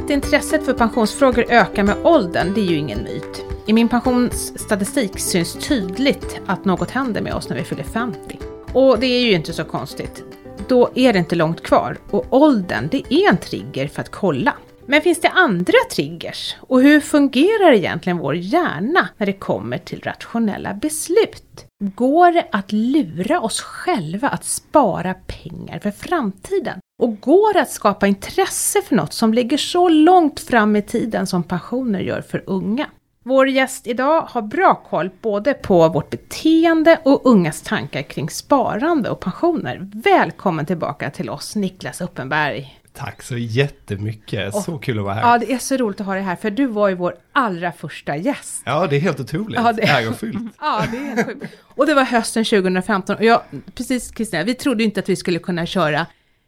Att intresset för pensionsfrågor ökar med åldern, det är ju ingen myt. I min pensionsstatistik syns tydligt att något händer med oss när vi fyller 50. Och det är ju inte så konstigt. Då är det inte långt kvar och åldern, det är en trigger för att kolla. Men finns det andra triggers? Och hur fungerar egentligen vår hjärna när det kommer till rationella beslut? Går det att lura oss själva att spara pengar för framtiden? Och går det att skapa intresse för något som ligger så långt fram i tiden som pensioner gör för unga? Vår gäst idag har bra koll både på vårt beteende och ungas tankar kring sparande och pensioner. Välkommen tillbaka till oss, Niklas Uppenberg. Tack så jättemycket, så kul att vara här. Ja, det är så roligt att ha dig här, för du var ju vår allra första gäst. Ja, det är helt otroligt, ja, det är ärofyllt. Ja, det är helt sjukt. Och det var hösten 2015, och jag, precis Kristina, vi trodde inte att vi skulle kunna köra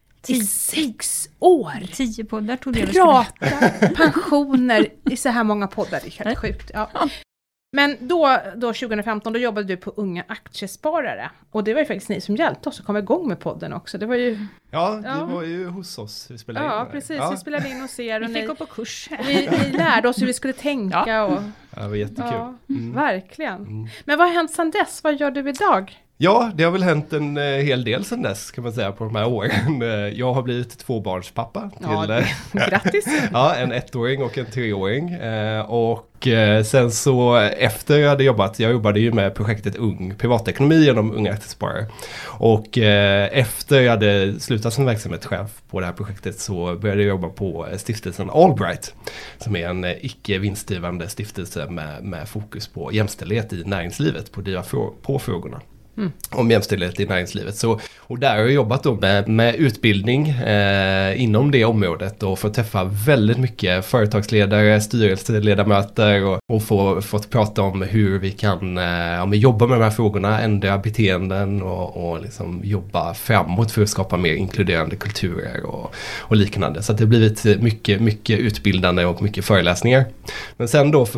i 6 år. 10 poddar trodde jag. Prata pensioner i så här många poddar, det är helt sjukt. Ja. Men då 2015, då jobbade du på Unga Aktiesparare. Och det var ju faktiskt ni som hjälpte oss att komma igång med podden också. Det var ju... Ja, det var ju hos oss vi spelade in. Ja, precis. Ja. Vi spelade in och ser. Vi fick gå på kurs. Vi lärde oss hur vi skulle tänka. Ja, och, det var jättekul. Ja, verkligen. Men vad har hänt sedan dess? Vad gör du idag? Ja, det har väl hänt en hel del sedan dess kan man säga på de här åren. Jag har blivit 2-barnspappa. Grattis! Ja, en 1-åring och en 3-åring. Och sen så efter jag jobbade ju med projektet Ung privatekonomi genom Unga Aktiesparare. Och efter jag hade slutat som verksamhetschef på det här projektet så började jag jobba på stiftelsen Allbright. Som är en icke vinstdrivande stiftelse med fokus på jämställdhet i näringslivet, på driva på frågorna. Om jämställdhet i näringslivet. Och där har jag jobbat då med utbildning inom det området och fått träffa väldigt mycket företagsledare, styrelseledamöter och fått prata om hur vi kan jobba med de här frågorna, ändra beteenden och liksom jobba framåt för att skapa mer inkluderande kulturer och liknande. Så att det har blivit mycket utbildande och mycket föreläsningar. Men sen då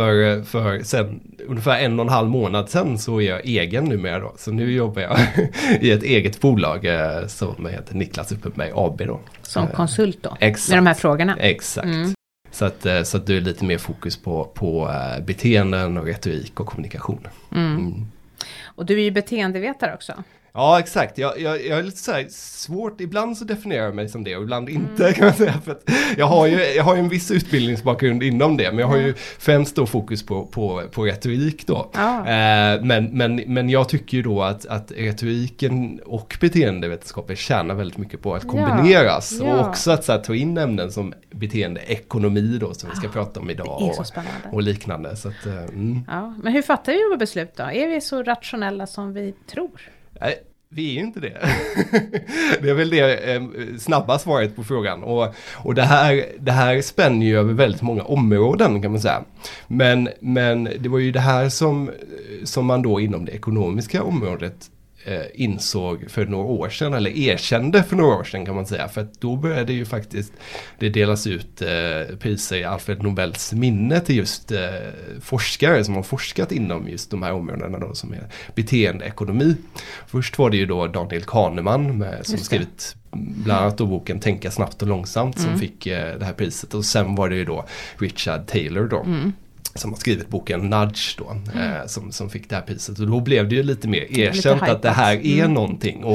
för sen ungefär 1,5 månad sen så är jag egen numera då. Så nu jobbar jag i ett eget bolag som heter Niklas Uppenberg AB då. Som konsult då? Exakt. Med de här frågorna? Exakt. Så att det är lite mer fokus på beteenden och retorik och kommunikation. Och du är ju beteendevetare också. Ja, exakt. Jag är lite så här svårt. Ibland så definierar jag mig som det och ibland inte kan man säga. För att jag har ju en viss utbildningsbakgrund inom det. Men jag har ju främst då fokus på retorik då. Men jag tycker ju då att retoriken och beteendevetenskapen tjänar väldigt mycket på att kombineras. Och också att så här, ta in ämnen som beteendeekonomi då som vi ska prata om idag. Det är så spännande. Och liknande. Så att, Ja, men hur fattar vi våra beslut då? Är vi så rationella som vi tror? Nej, vi är ju inte det. Det är väl det snabba svaret på frågan. Och det här spänner ju över väldigt många områden kan man säga. Men det var ju det här som man då inom det ekonomiska området insåg för några år sedan, eller erkände för några år sedan kan man säga. För att då började ju faktiskt det delas ut priser i Alfred Nobels minne till just forskare som har forskat inom just de här områdena då, som är beteendeekonomi. Först var det ju då Daniel Kahneman som skrivit bland annat då boken Tänka snabbt och långsamt som fick det här priset. Och sen var det ju då Richard Taylor då. Som har skrivit boken Nudge då, som fick det här priset. Och då blev det ju lite mer erkänt att det här är någonting.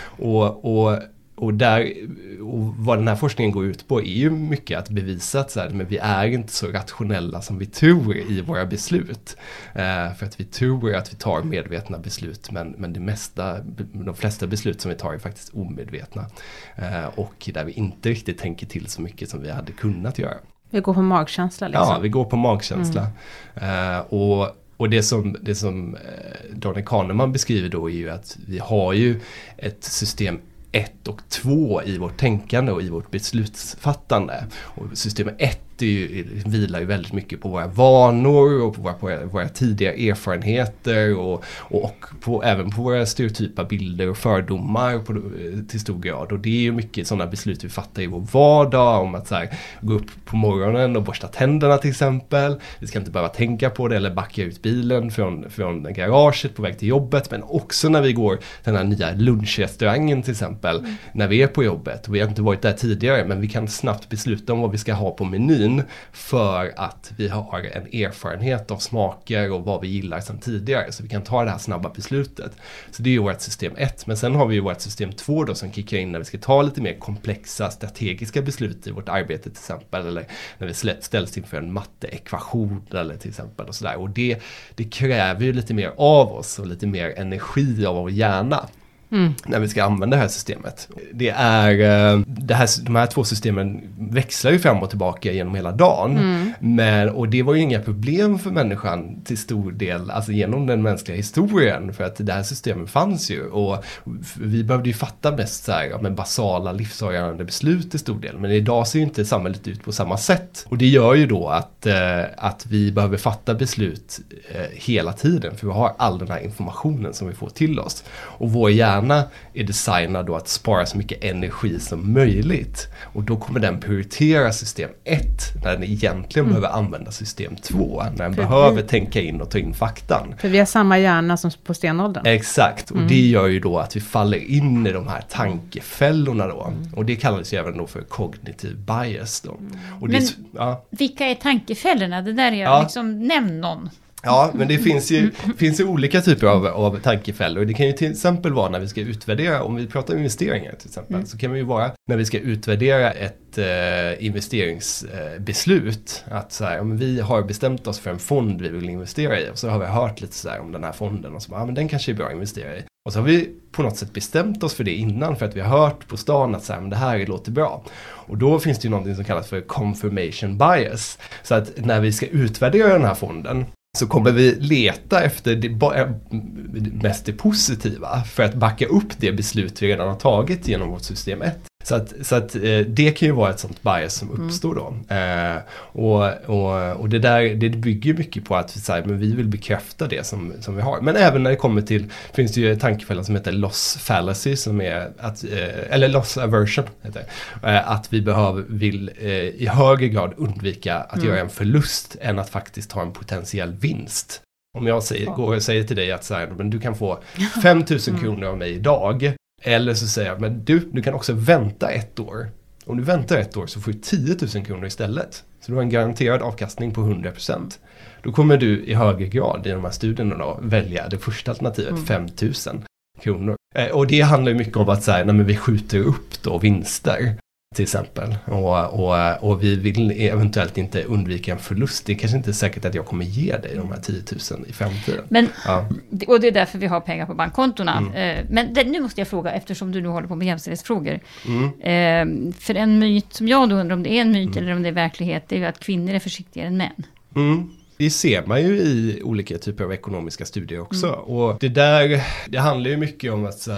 Och vad den här forskningen går ut på är ju mycket att bevisa att så här, men vi är inte så rationella som vi tror i våra beslut. För att vi tror att vi tar medvetna beslut, men de flesta beslut som vi tar är faktiskt omedvetna. Och där vi inte riktigt tänker till så mycket som vi hade kunnat göra. Vi går på magkänsla liksom. Ja, vi går på magkänsla. Och det som Daniel Kahneman beskriver då är ju att vi har ju ett system 1 och 2 i vårt tänkande och i vårt beslutsfattande. Och system 1 vilar ju väldigt mycket på våra vanor och på våra tidiga erfarenheter och även på våra stereotypa bilder och fördomar till stor grad. Och det är ju mycket sådana beslut vi fattar i vår vardag om att så här, gå upp på morgonen och borsta tänderna till exempel. Vi ska inte behöva tänka på det eller backa ut bilen från garaget på väg till jobbet, men också när vi går till den här nya lunchrestaurangen till exempel, när vi är på jobbet. Och vi har inte varit där tidigare, men vi kan snabbt besluta om vad vi ska ha på menyn för att vi har en erfarenhet av smaker och vad vi gillar sedan tidigare. Så vi kan ta det här snabba beslutet. Så det är ju vårt system 1. Men sen har vi ju vårt system 2 då som kickar in när vi ska ta lite mer komplexa strategiska beslut i vårt arbete till exempel. Eller när vi ställs inför en matteekvation eller till exempel och sådär. Och det kräver ju lite mer av oss och lite mer energi av vår hjärna. När vi ska använda det här systemet. De här 2 systemen växlar ju fram och tillbaka genom hela dagen. Och det var ju inga problem för människan till stor del, alltså genom den mänskliga historien, för att det här systemet fanns ju. Och vi behövde ju fatta mest så här, med basala livsavgörande beslut till stor del. Men idag ser ju inte samhället ut på samma sätt. Och det gör ju då att vi behöver fatta beslut hela tiden, för vi har all den här informationen som vi får till oss. Och vår hjärna är designad då att spara så mycket energi som möjligt. Och då kommer den prioritera system 1 när den egentligen behöver använda system 2. När den behöver tänka in och ta in faktan. För vi har samma hjärna som på stenåldern. Exakt, och det gör ju då att vi faller in i de här tankefällorna då. Och det kallas ju även då för cognitive bias då. Och men vilka är tankefällorna? Det där är liksom, nämn någon. Ja, men det finns ju olika typer av tankefällor. Det kan ju till exempel vara när vi ska utvärdera, om vi pratar investeringar till exempel, så kan det ju vara när vi ska utvärdera ett investeringsbeslut. Att så här, om vi har bestämt oss för en fond vi vill investera i, och så har vi hört lite så här om den här fonden och så bara, men den kanske är bra att investera i. Och så har vi på något sätt bestämt oss för det innan, för att vi har hört på stan att så här, men det här låter bra. Och då finns det ju någonting som kallas för confirmation bias. Så att när vi ska utvärdera den här fonden så kommer vi leta efter mest det positiva för att backa upp det beslut vi redan har tagit genom vårt system 1. Så att det kan ju vara ett sånt bias som uppstår då. Och det bygger mycket på att men vi vill bekräfta det som vi har. Men även när det kommer till, finns det ju tankefällan som heter loss fallacy, som är eller loss aversion heter det. Att vi vill i högre grad undvika att göra en förlust än att faktiskt ha en potentiell vinst. Om jag säger till dig att men du kan få 5 000 kronor av mig idag. Eller så säger jag, men du kan också vänta 1 år. Om du väntar 1 år så får du 10 000 kronor istället. Så du har en garanterad avkastning på 100%. Då kommer du i högre grad i de här studierna då och det första alternativet, 5 000 kronor. Och det handlar ju mycket om att vi skjuter upp då vinster. Till exempel. Och vi vill eventuellt inte undvika en förlust. Det är kanske inte säkert att jag kommer ge dig de här 10 000 i framtiden. Men, och det är därför vi har pengar på bankkontona. Men nu måste jag fråga, eftersom du nu håller på med jämställdhetsfrågor. För en myt som jag då undrar om det är en myt eller om det är verklighet, det är ju att kvinnor är försiktigare än män. Det ser man ju i olika typer av ekonomiska studier också. Och det handlar ju mycket om att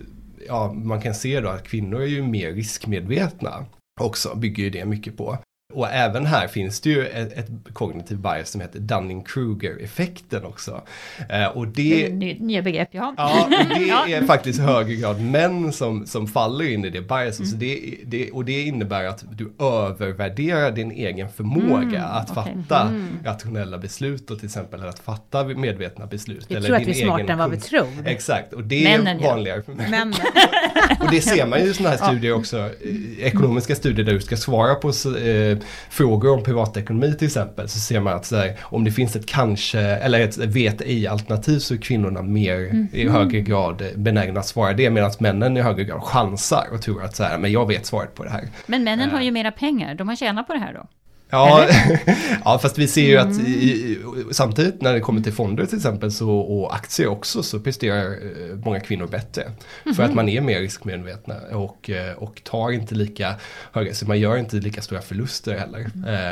man kan se då att kvinnor är ju mer riskmedvetna också, bygger ju det mycket på. Och även här finns det ju ett kognitiv bias som heter Dunning-Kruger-effekten också. Och det är nya begrepp, ja. Ja, och det är faktiskt högre grad män som faller in i det biaset. Så det innebär att du övervärderar din egen förmåga att fatta rationella beslut och till exempel att fatta medvetna beslut. Vi tror att vi är smartare än vad vi tror. Exakt, och det är vanligare för män. Och det ser man ju i sådana här studier också, ekonomiska studier där du ska svara på frågor om privatekonomi till exempel, så ser man att om det finns ett kanske eller ett vet ej-alternativ så är kvinnorna mer i högre grad benägna att svara det, medan männen i högre grad chansar och tror att men jag vet svaret på det här. Men männen har ju mera pengar, de har tjänat på det här då. Ja, ja, fast vi ser ju att samtidigt när det kommer till fonder till exempel och aktier också, så presterar många kvinnor bättre. För att man är mer riskmedvetna och tar inte lika höga, så man gör inte lika stora förluster heller.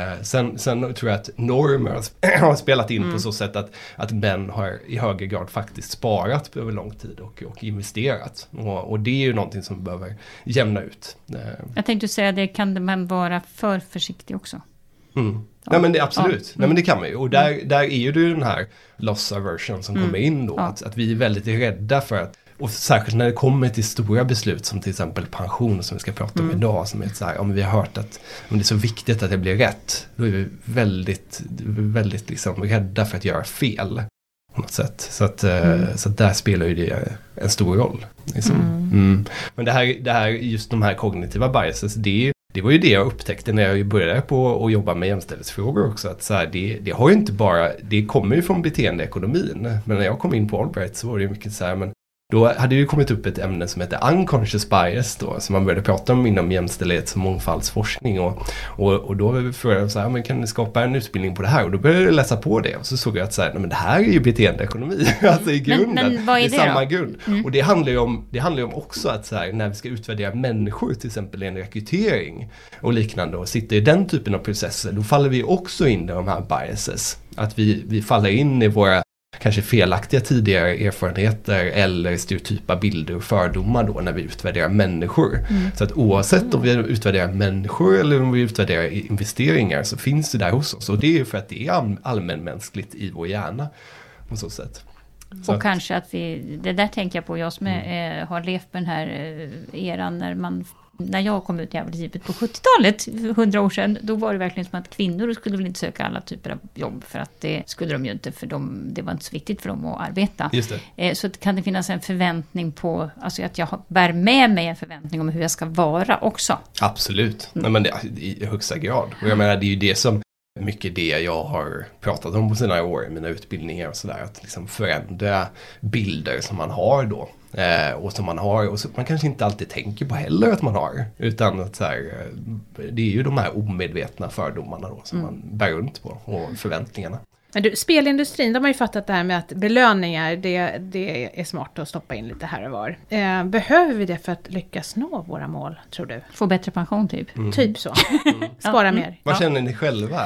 Sen tror jag att normer har spelat in på så sätt att män har i högre grad faktiskt sparat över lång tid och investerat. Och det är ju någonting som behöver jämna ut. Jag tänkte säga det, kan man vara för försiktig också? Ja. Nej men det absolut, nej men det kan man ju. Och där är ju det den här loss aversion som kommer in då. Att vi är väldigt rädda för att, och särskilt när det kommer till stora beslut som till exempel pension som vi ska prata om idag, som är så här, om vi har hört att om det är så viktigt att det blir rätt, då är vi väldigt liksom rädda för att göra fel på något sätt. Så att där spelar ju det en stor roll. Liksom. Men det här, just de här kognitiva biases, det var ju det jag upptäckte när jag började på att jobba med jämställdhetsfrågor också. Att så här, det har ju inte bara, det kommer ju från beteendeekonomin. Men när jag kom in på Albright så var det mycket så här, men då hade ju kommit upp ett ämne som heter unconscious bias då, som man började prata om inom jämställdhets- och mångfaldsforskning. Och då frågade jag så här, men kan ni skapa en utbildning på det här? Och då började jag läsa på det. Och så såg jag att så här, nej, men det här är ju beteendeekonomi. Alltså i grunden. Men vad är det samma då? grund. Och det handlar ju om också att så här, när vi ska utvärdera människor, till exempel i en rekrytering och liknande, och sitter i den typen av processer, då faller vi också in i de här biases. Att vi faller in i våra kanske felaktiga tidigare erfarenheter eller stereotypa bilder och fördomar då när vi utvärderar människor. Så att oavsett om vi utvärderar människor eller om vi utvärderar investeringar, så finns det där hos oss. Och det är ju för att det är allmänmänskligt i vår hjärna på så sätt. Så och kanske att det där tänker jag på, jag som har levt med den här eran när jag kom ut i arbetslivet på 70-talet, 100 år sedan, då var det verkligen som att kvinnor skulle väl inte söka alla typer av jobb, för att det skulle de ju inte, för det var inte så viktigt för dem att arbeta. Just det. Så kan det finnas en förväntning på, alltså att jag bär med mig en förväntning om hur jag ska vara också. Absolut, nej, men det i högsta grad. Och jag menar, det är ju det som mycket det jag har pratat om på sina år i mina utbildningar och sådär, att liksom förändra bilder som man har då. Och som man har, och som man kanske inte alltid tänker på heller att man har, utan att så här, det är ju de här omedvetna fördomarna då som man bär runt på, och förväntningarna. Men du, spelindustrin, de har ju fattat det här med att belöningar, det är smart att stoppa in lite här och var. Behöver vi det för att lyckas nå våra mål, tror du? Få bättre pension typ. Typ så. Spara mer. Vad känner ni själva?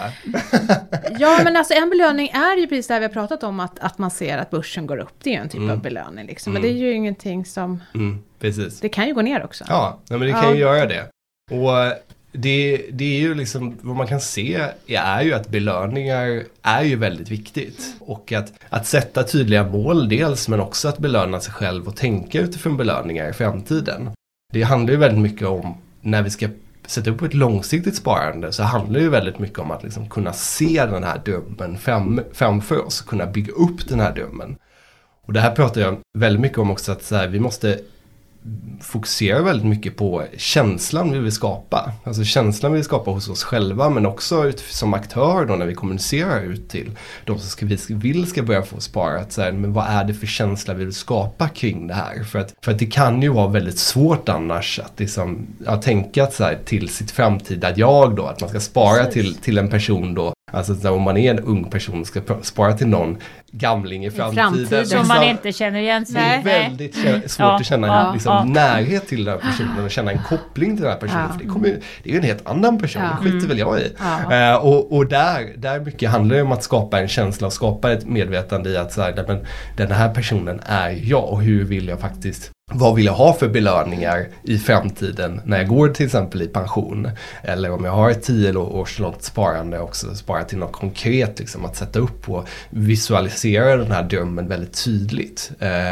Ja, men alltså en belöning är ju precis det här vi har pratat om, att man ser att börsen går upp. Det är ju en typ av belöning liksom. Men det är ju ingenting som... Precis. Det kan ju gå ner också. Ja, men det kan ju göra det. Och det är ju liksom, vad man kan se är ju att belöningar är ju väldigt viktigt. Och att sätta tydliga mål dels, men också att belöna sig själv och tänka utifrån belöningar i framtiden. Det handlar ju väldigt mycket om, när vi ska sätta upp ett långsiktigt sparande, så handlar det ju väldigt mycket om att liksom kunna se den här drömmen framför oss, kunna bygga upp den här drömmen. Och det här pratar jag väldigt mycket om också, att så här, vi måste fokuserar väldigt mycket på känslan vi vill skapa. Alltså känslan vi vill skapa hos oss själva, men också som aktör då, när vi kommunicerar ut till de som ska börja få spara. Att så här, men vad är det för känsla vi vill skapa kring det här? För att det kan ju vara väldigt svårt annars att liksom, tänka så här, till sitt framtida jag då, att man ska spara till en person då. Alltså om man är en ung person och ska spara till någon gamling i framtiden. Som man inte känner igen sig. Det är väldigt svårt att känna närhet till den här personen och känna en koppling till den här personen. För det är ju en helt annan person, det skiter väl jag i. Och där mycket handlar det om att skapa en känsla och skapa ett medvetande i att så här, men den här personen är jag, och hur vill jag faktiskt, vad vill jag ha för belöningar i framtiden när jag går till exempel i pension, eller om jag har ett 10 års långt sparande också, spara till något konkret liksom, att sätta upp och visualisera den här drömmen väldigt tydligt.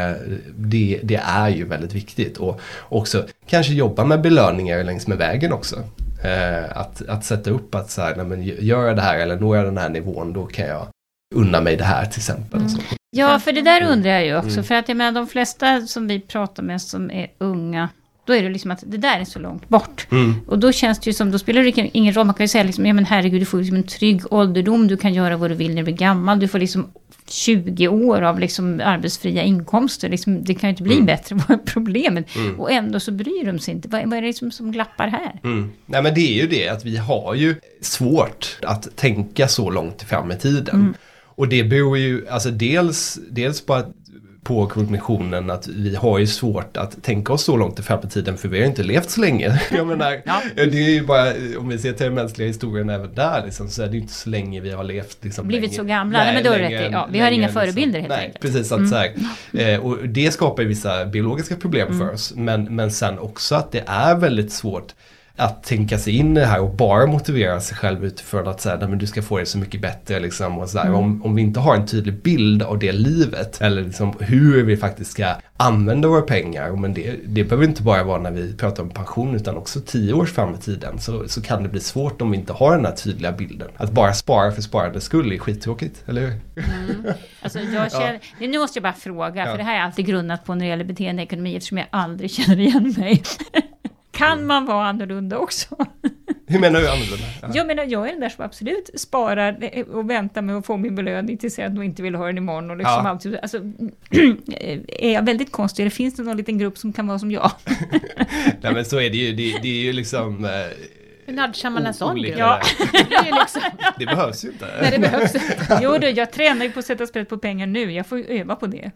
Det är ju väldigt viktigt, och också kanske jobba med belöningar längs med vägen också. Att sätta upp att så här, nej, men gör jag det här eller når jag den här nivån, då kan jag unna mig det här till exempel. Ja, för det där undrar jag ju också. För att jag menar, de flesta som vi pratar med som är unga, då är det liksom att det där är så långt bort. Och då känns det ju som, då spelar det ingen roll. Man kan ju säga liksom, ja men herregud, du får liksom en trygg ålderdom. Du kan göra vad du vill när du blir gammal. Du får liksom 20 år av liksom arbetsfria inkomster. Liksom, det kan ju inte bli bättre, vad är problemet? Och ändå så bryr de sig inte. Vad är det liksom som glappar här? Nej, men det är ju det att vi har ju svårt att tänka så långt fram i tiden. Och det beror ju alltså dels på kognitionen, att vi har ju svårt att tänka oss så långt i framtiden, för vi har inte levt så länge. Jag menar, det är ju bara, om vi ser till den mänskliga historien även där liksom, så är det ju inte så länge vi har levt liksom, blivit länge. Så gamla. Nej, men då är det rätt. Vi har inga förebilder helt enkelt. Precis, att så här, och det skapar ju vissa biologiska problem för oss, men sen också att det är väldigt svårt att tänka sig in i det här och bara motivera sig själv utifrån att säga, men du ska få det så mycket bättre liksom, och så där. Om vi inte har en tydlig bild av det livet eller liksom hur vi faktiskt ska använda våra pengar, men det behöver inte bara vara när vi pratar om pension utan också 10 år fram i tiden, så kan det bli svårt om vi inte har den här tydliga bilden. Att bara spara för sparandets skull är skittråkigt, eller hur? Alltså jag känner, nu måste jag bara fråga, för det här är alltid grundat på när det gäller beteendeekonomi, eftersom jag aldrig känner igen mig. Kan man vara annorlunda också? Hur menar du annorlunda? Jag menar, jag är den där som absolut sparar och väntar med att få min belöning tills jag nog inte vill ha den imorgon. Och liksom alltid, alltså, är jag väldigt konstig? Eller finns det någon liten grupp som kan vara som jag? Nej, men så är det ju. Det är ju liksom... Hur nudgar man en sån grupp? Ja. Det behövs ju inte. Nej, det behövs inte. Jo, jag tränar ju på att sätta sprätt på pengar nu. Jag får ju öva på det.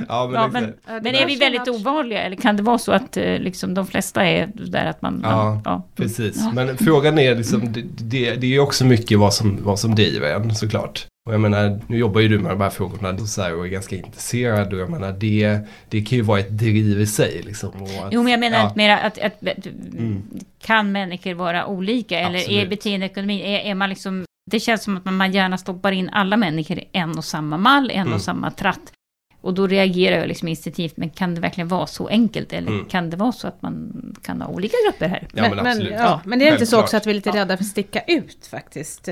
Men är vi väldigt ovanliga? Eller kan det vara så att liksom, de flesta är där att man... Precis. Ja. Men frågan är liksom, det är ju också mycket vad som driver en, såklart. Och jag menar, nu jobbar ju du med de här frågorna så här, och är ganska intresserad. Och jag menar, det kan ju vara ett driv i sig. Liksom, och att, jo, men jag menar mer att kan människor vara olika? Eller absolut. Är beteendeekonomi, är man liksom... Det känns som att man gärna stoppar in alla människor i en och samma mall, en och samma tratt. Och då reagerar jag liksom instinktivt, men kan det verkligen vara så enkelt? Eller kan det vara så att man kan ha olika grupper här? Ja, men absolut. Men det är inte så också att vi är lite rädda för att sticka ut faktiskt?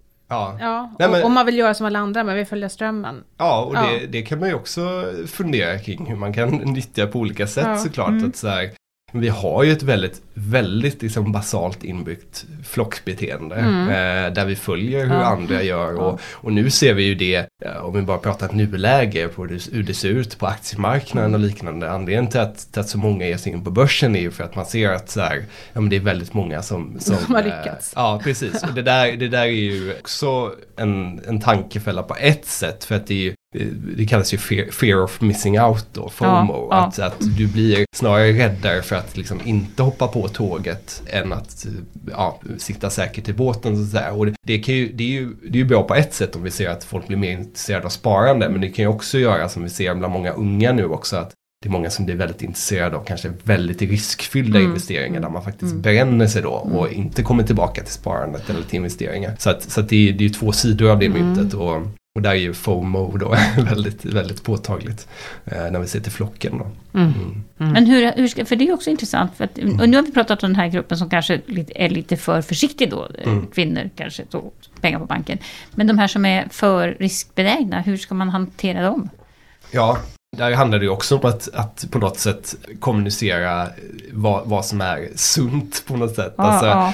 Ja. Om man vill göra som alla andra, men vi följer strömmen. Ja, och det kan man ju också fundera kring hur man kan nyttja på olika sätt såklart. Att så här, vi har ju ett väldigt, väldigt liksom basalt inbyggt flockbeteende där vi följer hur andra gör och nu ser vi ju det, om vi bara pratar ett nuläge på hur det ser ut på aktiemarknaden och liknande. Anledningen till att så många ger sig in på börsen är ju för att man ser att så här, det är väldigt många som har lyckats. Ja, precis. Och det där är ju också en tankefälla på ett sätt, för att det kallas ju fear of missing out då, FOMO. Att du blir snarare räddare för att liksom inte hoppa på tåget än att sitta säkert i båten. Så att säga. Och det är ju bra på ett sätt om vi ser att folk blir mer intresserade av sparande, men det kan ju också göra som vi ser bland många unga nu också, att det är många som blir väldigt intresserade av kanske väldigt riskfyllda investeringar där man faktiskt bränner sig då och inte kommer tillbaka till sparandet eller till investeringar. Så att det är ju två sidor av det myntet och där är ju FOMO då väldigt, väldigt påtagligt när vi ser till flocken då. Men hur ska, för det är också intressant, för att, och nu har vi pratat om den här gruppen som kanske är lite för försiktig då, kvinnor kanske, då, pengar på banken. Men de här som är för riskbenägna, hur ska man hantera dem? Ja, där handlar det ju också om att på något sätt kommunicera vad som är sunt på något sätt.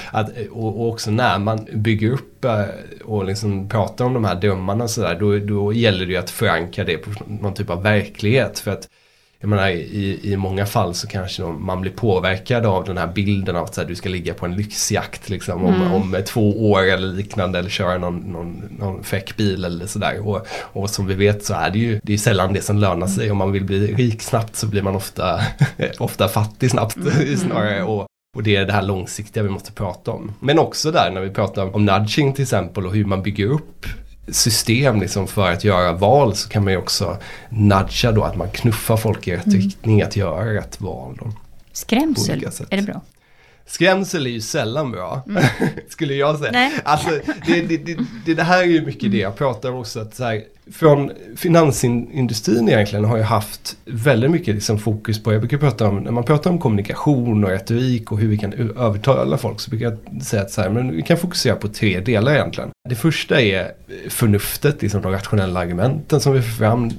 Och också när man bygger upp och liksom pratar om de här drömmarna och sådär, då gäller det ju att förankra det på någon typ av verklighet. För att jag menar, i många fall så kanske man blir påverkad av den här bilden av att så här, du ska ligga på en lyxjakt liksom, om 2 år eller liknande, eller köra någon fäck bil eller sådär. Och som vi vet så är det är sällan det som lönar sig. Om man vill bli rik snabbt så blir man ofta fattig snabbt snarare. Och det är det här långsiktiga vi måste prata om. Men också där när vi pratar om nudging till exempel och hur man bygger upp system liksom för att göra val, så kan man ju också nudga då, att man knuffar folk i rätt riktning att göra rätt val då. Skrämsel, är det bra? Skrämsel är ju sällan bra, skulle jag säga. Nej. Alltså, det här är ju mycket det jag pratar om också, att så här, från finansindustrin egentligen har ju haft väldigt mycket liksom fokus på, jag brukar prata om, när man pratar om kommunikation och retorik och hur vi kan övertala folk, så brukar jag säga att så här, men vi kan fokusera på 3 delar egentligen. Det första är förnuftet, liksom de rationella argumenten som vi får fram,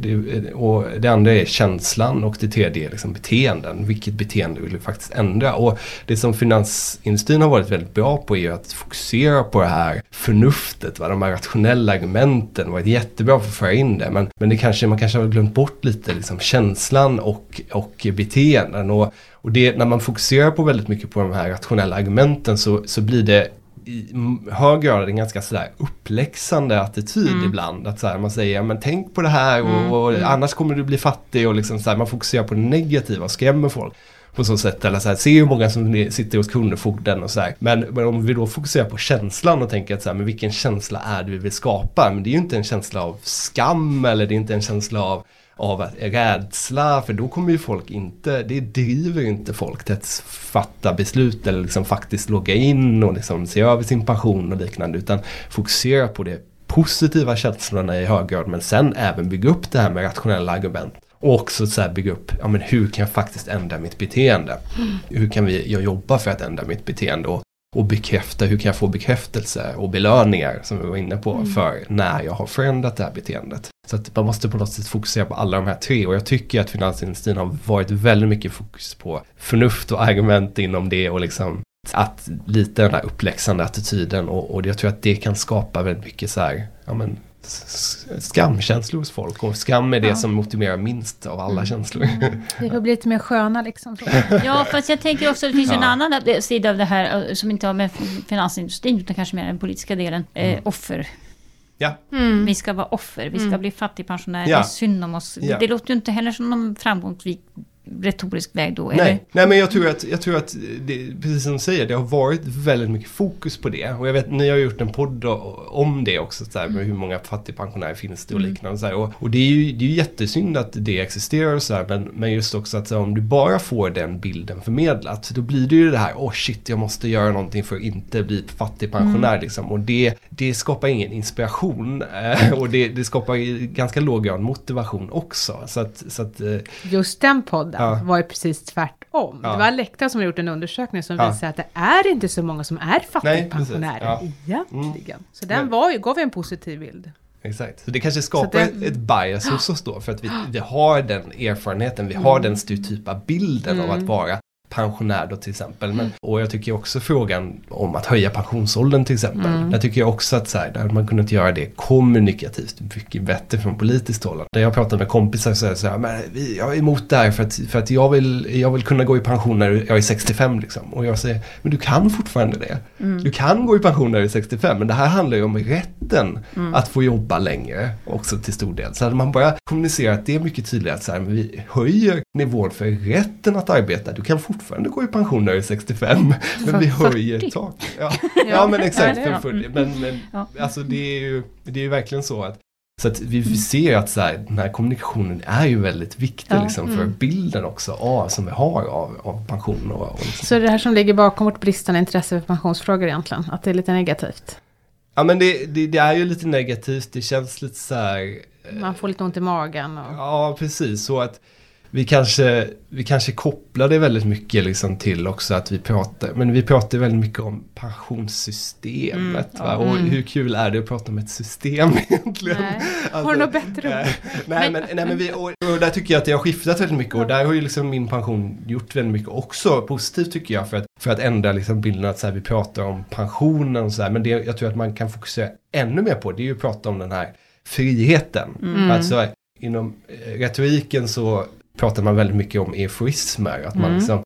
och det andra är känslan, och det tredje är liksom beteenden. Vilket beteende vill vi faktiskt ändra? Och det som finansindustrin har varit väldigt bra på är ju att fokusera på det här förnuftet, de här rationella argumenten, varit jättebra för att föra in det, men man kanske har glömt bort lite liksom känslan och beteenden, och det, när man fokuserar på väldigt mycket på de här rationella argumenten så blir det i hög grad en ganska sådär uppläxande attityd ibland, att så här, man säger, men tänk på det här och annars kommer du bli fattig, och liksom så här, man fokuserar på det negativa och skrämmer folk på så sätt, eller så här, ser hur många som sitter hos kundefogden och så här. Men om vi då fokuserar på känslan och tänker att så här, men vilken känsla är det vi vill skapa? Men det är ju inte en känsla av skam, eller det är inte en känsla av rädsla, för då kommer ju folk inte, det driver inte folk till att fatta beslut eller liksom faktiskt logga in och liksom se över sin pension och liknande, utan fokusera på det positiva känslorna i hög grad, men sen även bygga upp det här med rationella argument. Och också så här bygga upp, ja men hur kan jag faktiskt ändra mitt beteende? Hur kan jag jobba för att ändra mitt beteende? Och bekräfta, hur kan jag få bekräftelse och belöningar som vi var inne på för när jag har förändrat det här beteendet. Så att man måste på något sätt fokusera på alla de här 3, och jag tycker att finansindustrin har varit väldigt mycket fokus på förnuft och argument inom det, och liksom att lite den här uppläxande attityden, och jag tror att det kan skapa väldigt mycket så här, ja men skamkänslor hos folk, och skam är det som motiverar minst av alla känslor. Det får bli lite mer sköna liksom. Ja, fast jag tänker också att det finns en annan sida av det här som inte har med finansindustrin utan kanske mer den politiska delen, offer. Ja. Vi ska vara offer, vi ska bli fattigpensionärer, det är synd om oss. Det låter ju inte heller som någon framgångsrik retorisk väg då, eller? Nej, men jag tror att det, precis som du säger, det har varit väldigt mycket fokus på det, och jag vet, ni har gjort en podd om det också, så här, med hur många fattigpensionärer finns det och liknande, så här, och det är ju jättesynd att det existerar och så här, men just också att så här, om du bara får den bilden förmedlat, då blir det ju det här, shit, jag måste göra någonting för att inte bli fattigpensionär liksom, och det skapar ingen inspiration, och det skapar ganska låg grad motivation också, så att just den podden var ju precis tvärtom. Det var Läkta som har gjort en undersökning som visar att det är inte så många som är fattigpensionärer egentligen. Så den gav en positiv bild. Exakt. Så det kanske skapar ett bias hos oss då, för att vi har den erfarenheten, vi har den stereotypa bilden av att vara pensionär då till exempel. Och jag tycker också frågan om att höja pensionsåldern till exempel. Jag tycker också att så här, där man kunnat göra det kommunikativt mycket bättre från politiskt håll. När jag pratar med kompisar så är det så här, men jag är emot det här för att jag vill kunna gå i pension när jag är 65 liksom. Och jag säger, men du kan fortfarande det. Du kan gå i pension när du är 65, men det här handlar ju om rätten att få jobba längre också till stor del. Så hade man bara kommunicerat det mycket tydligare, att så här, men vi höjer nivån för rätten att arbeta. Du kan fortfarande gå i pension när du är 65, men vi höjer tak. Ja, men exakt, för 40. Men alltså det är ju verkligen så att vi ser att så här, den här kommunikationen är ju väldigt viktig liksom, för bilden också som vi har av pension. Och liksom. Så det här som ligger bakom vårt bristande intresse för pensionsfrågor egentligen, att det är lite negativt? Ja, men det är ju lite negativt, det känns lite så här... Man får lite ont i magen. Ja, precis, så att vi kanske kopplar det väldigt mycket liksom till också att vi pratar väldigt mycket om pensionssystemet. Och hur kul är det att prata om ett system egentligen? Nej. Alltså, har du något bättre? Nej, men och där tycker jag att det har skiftat väldigt mycket, och där har ju liksom min pension gjort väldigt mycket också positivt tycker jag, för att ändra liksom bilden att så här, vi pratar om pensionen och så här, men det jag tror att man kan fokusera ännu mer på, det är ju att prata om den här friheten. Alltså inom retoriken så pratar man väldigt mycket om eufemismer, att man liksom,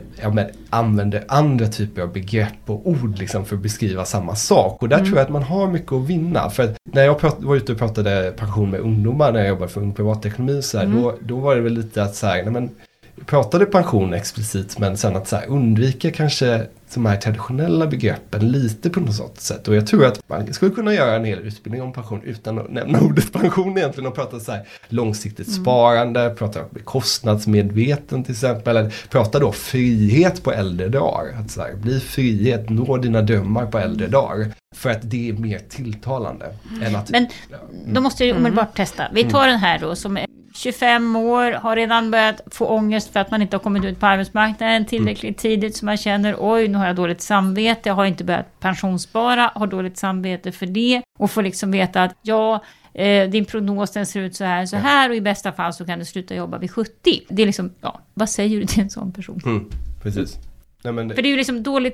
använder andra typer av begrepp och ord liksom för att beskriva samma sak. Och där tror jag att man har mycket att vinna. För att när jag var ute och pratade pension med ungdomar när jag jobbade för Ung Privatekonomi, så här, då var det väl lite att så här, pratade pension explicit, men sen att så här, undvika kanske de här traditionella begreppen lite på något sånt sätt. Och jag tror att man skulle kunna göra en hel utbildning om pension utan att nämna ordet pension egentligen, och prata så här långsiktigt sparande, prata kostnadsmedveten till exempel, eller prata då frihet på äldre dagar. Att så här, bli frihet, nå dina drömmar på äldre dagar. För att det är mer tilltalande än att... Men då måste jag omedelbart testa. Vi tar den här då som är 25 år, har redan börjat få ångest för att man inte har kommit ut på arbetsmarknaden tillräckligt tidigt, så man känner, oj, nu har jag dåligt samvete, jag har inte börjat pensionsspara, har dåligt samvete för det, och får liksom veta att din prognos den ser ut så här och i bästa fall så kan du sluta jobba vid 70. Det är liksom, vad säger du till en sån person? Precis. Nej, men för det är ju liksom dåligt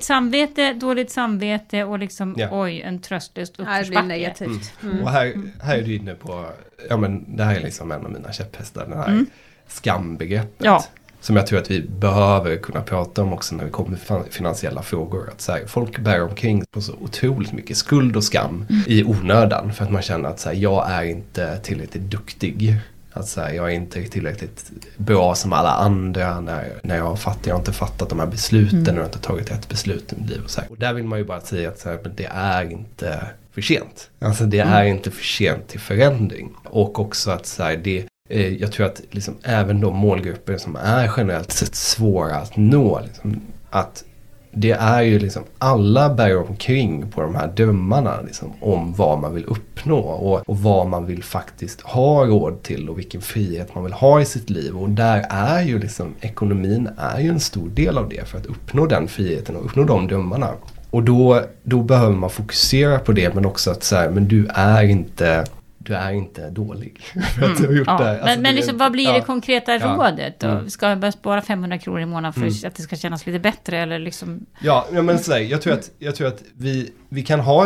samvete och liksom, oj, en tröstlös uppförsbacke. Det blir negativt. Och här är du inne på, det här är liksom en av mina käpphästar, det här skambegreppet. Ja. Som jag tror att vi behöver kunna prata om också när vi kommer till finansiella frågor. Att så här, folk bär omkring på så otroligt mycket skuld och skam i onödan. För att man känner att så här, jag är inte tillräckligt duktig. Att så här, jag är inte tillräckligt bra som alla andra när jag har inte fattat de här besluten och jag har inte tagit ett beslut i mitt liv. Och, så här. Och där vill man ju bara säga att så här, men det är inte för sent. Alltså det är inte för sent till förändring. Och också att så här, jag tror att liksom även de målgrupper som är generellt sett svåra att nå, liksom, att det är ju liksom alla bär omkring på de här drömmarna liksom, om vad man vill uppnå och vad man vill faktiskt ha råd till och vilken frihet man vill ha i sitt liv. Och där är ju liksom ekonomin är ju en stor del av det för att uppnå den friheten och uppnå de drömmarna. Och då behöver man fokusera på det, men också att så här, men du är inte dålig. Men liksom, vad blir det konkreta rådet då? Ska jag bara spara 500 kronor i månaden för att det ska kännas lite bättre? Eller liksom... Ja, men så här, jag tror att vi kan ha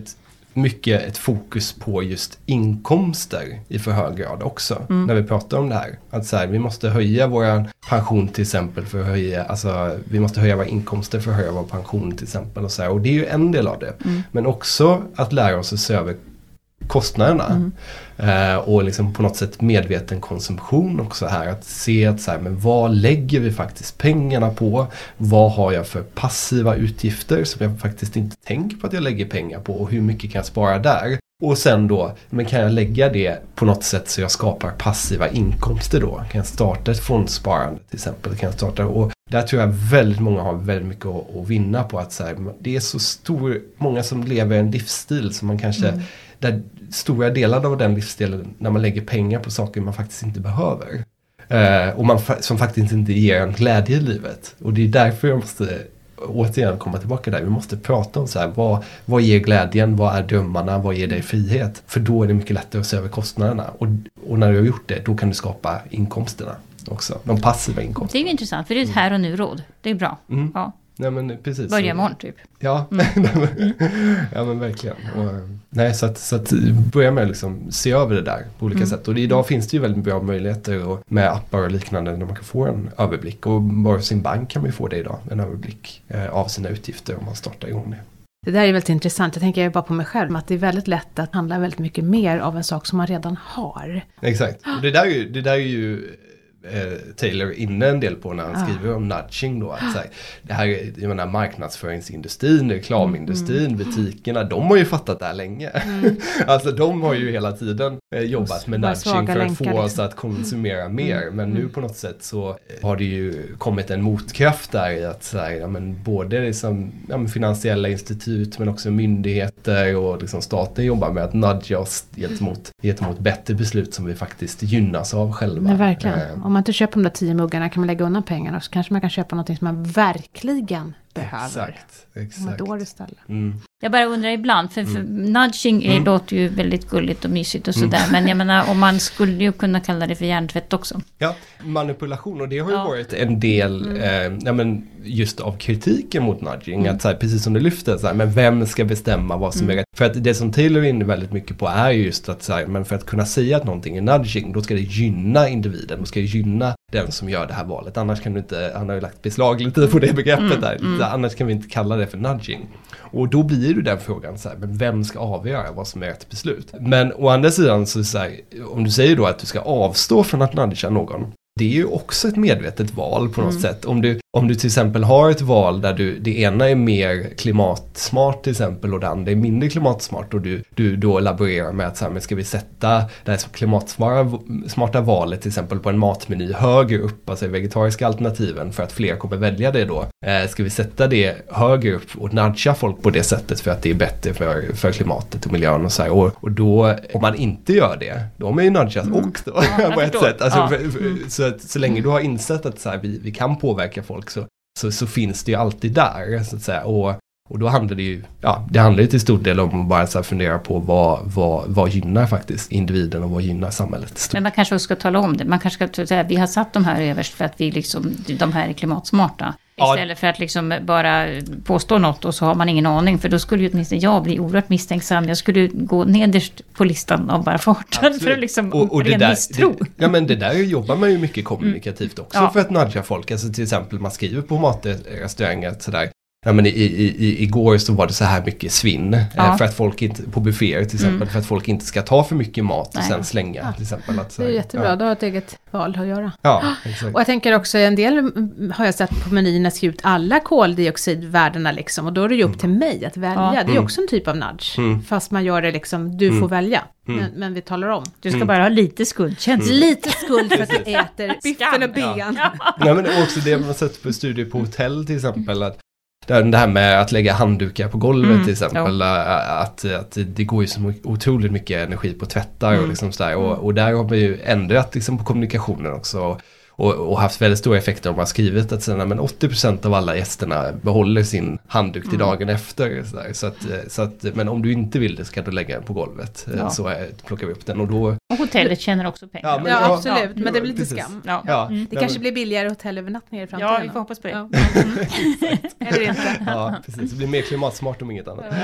ett fokus på just inkomster i för hög grad också när vi pratar om det här. Att så här, vi måste höja vår pension till exempel för att höja, alltså vi måste höja våra inkomster för att höja vår pension till exempel och så här. Och det är ju en del av det. Men också att lära oss att se över kostnaderna och liksom på något sätt medveten konsumtion också här, att se att så här, men vad lägger vi faktiskt pengarna på, vad har jag för passiva utgifter som jag faktiskt inte tänker på att jag lägger pengar på och hur mycket kan jag spara där, och sen då, men kan jag lägga det på något sätt så jag skapar passiva inkomster då, kan jag starta ett fondsparande till exempel, kan jag starta, och där tror jag väldigt många har väldigt mycket att vinna på att så här, det är så många som lever en livsstil som man kanske där stora delar av den livsstilen när man lägger pengar på saker man faktiskt inte behöver. Och som faktiskt inte ger en glädje i livet. Och det är därför jag måste återigen komma tillbaka där. Vi måste prata om så här, vad ger glädjen, vad är drömmarna, vad ger dig frihet? För då är det mycket lättare att se över kostnaderna. Och när du har gjort det, då kan du skapa inkomsterna också. De passiva inkomsterna. Det är ju intressant, för det är ett här och nu råd. Det är bra. Ja. Nej, men precis. Börja imorgon typ. Ja, ja men verkligen. Så att börja med liksom se över det där på olika sätt. Och idag finns det ju väldigt bra möjligheter med appar och liknande där man kan få en överblick. Och bara sin bank kan man ju få det idag, en överblick av sina utgifter om man startar igång det. Det där är väldigt intressant. Jag tänker bara på mig själv, att det är väldigt lätt att handla väldigt mycket mer av en sak som man redan har. Exakt. Och det där är ju Taylor inne en del på när han skriver om nudging då, att säga, det här, jag menar, marknadsföringsindustrin, reklamindustrin, butikerna, de har ju fattat det här länge. Alltså de har ju hela tiden jobbat med nudging för att få oss att konsumera mer, men nu på något sätt så har det ju kommit en motkraft där i att så här, ja, men både liksom, finansiella institut men också myndigheter och liksom staten jobbar med att nudga oss gentemot bättre beslut som vi faktiskt gynnas av själva. Men verkligen. Om man inte köper de där 10 muggarna kan man lägga undan pengarna, och så kanske man kan köpa något som man verkligen behöver. Exakt. Då istället. Jag bara undrar ibland, för nudging låter ju väldigt gulligt och mysigt och sådär, men jag menar, om man skulle ju kunna kalla det för hjärntvätt också. Ja, manipulation, och det har ju varit en del just av kritiken mot nudging, att så här, precis som du lyfter, så här, men vem ska bestämma vad som är rätt? För att det som Taylor är inne väldigt mycket på är just att så här, men för att kunna säga att någonting är nudging, då ska det gynna individen, då ska det gynna den som gör det här valet. Annars kan du inte, han har ju lagt beslag lite på det begreppet där. Annars kan vi inte kalla det för nudging. Och då blir ju den frågan så här, men vem ska avgöra vad som är ett beslut? Men å andra sidan så här, om du säger då att du ska avstå från att nudga någon, det är ju också ett medvetet val på något sätt. Om du till exempel har ett val där det ena är mer klimatsmart till exempel och det andra är mindre klimatsmart, och du då laborerar med att så här, men ska vi sätta det här klimatsmarta valet till exempel på en matmeny högre upp, alltså vegetariska alternativen, för att fler kommer välja det då. Ska vi sätta det högre upp och nudga folk på det sättet för att det är bättre för klimatet och miljön och så här. Och då, om man inte gör det, då har man ju nudgat också på ett sätt. Alltså, så länge du har insett att så här, vi kan påverka folk, så finns det ju alltid där så att säga, och då handlar det handlar ju till stor del om att bara så här fundera på vad gynnar faktiskt individen och vad gynnar samhället. Men man kanske ska tala om det, man kanske ska säga vi har satt de här överst för att vi liksom, de här är klimatsmarta. Istället för att liksom bara påstå något och så har man ingen aning, för då skulle ju åtminstone jag bli oerhört misstänksam. Jag skulle gå nederst på listan av bara farten för att liksom och ren misstro. Men det där jobbar man ju mycket kommunikativt också för att nudga folk. Alltså till exempel man skriver på matrestauranger sådär. men igår så var det så här mycket svinn för att folk inte, på bufféer till exempel, för att folk inte ska ta för mycket mat och sen slänga till exempel. Att, så, det är jättebra, du har ett eget val att göra. Ja, exakt. Och jag tänker också, en del har jag sett på menyerna skriva ut alla koldioxidvärdena liksom, och då är det ju upp till mig att välja. Det är också en typ av nudge, fast man gör det liksom, du får välja. Men vi talar om. Du ska bara ha lite skuldkänsla. Lite skuld för att du äter biffen och ben. Nej, men också det man har sett på studier på hotell till exempel, att det här med att lägga handdukar på golvet till exempel, att det går ju så otroligt mycket energi på tvättar och liksom sådär, och där har vi ju ändrat liksom på kommunikationen också och haft väldigt stora effekter om man har skrivit att sen, men 80% av alla gästerna behåller sin handduk till dagen efter så att men om du inte vill det ska du lägga den på golvet, så plockar vi upp den och då... Och hotellet tjänar också pengar. Ja, absolut, men det blir lite skam. Det kanske men... blir billigare hotellövernattningar i framtiden. Ja, vi får hoppas på det. Eller inte. Ja, precis. Det blir mer klimatsmart om inget annat.